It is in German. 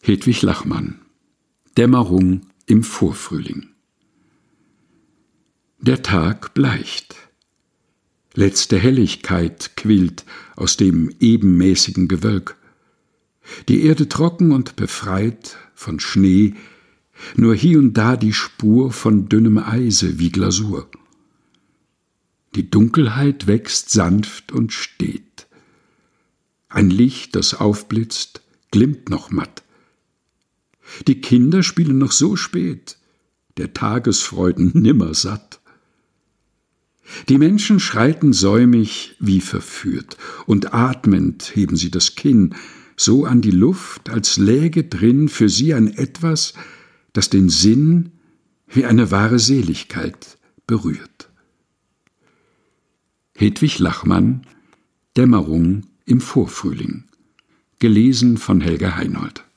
Hedwig Lachmann. Dämmerung im Vorfrühling. Der Tag bleicht. Letzte Helligkeit quillt aus dem ebenmäßigen Gewölk. Die Erde trocken und befreit von Schnee, nur hie und da die Spur von dünnem Eise wie Glasur. Die Dunkelheit wächst sanft und steht. Ein Licht, das aufblitzt, glimmt noch matt. Die Kinder spielen noch so spät, der Tagesfreuden nimmer satt. Die Menschen schreiten säumig wie verführt, und atmend heben sie das Kinn, so an die Luft, als läge drin für sie ein Etwas, das den Sinn wie eine wahre Seligkeit berührt. Hedwig Lachmann, Dämmerung im Vorfrühling. Gelesen von Helga Heinold.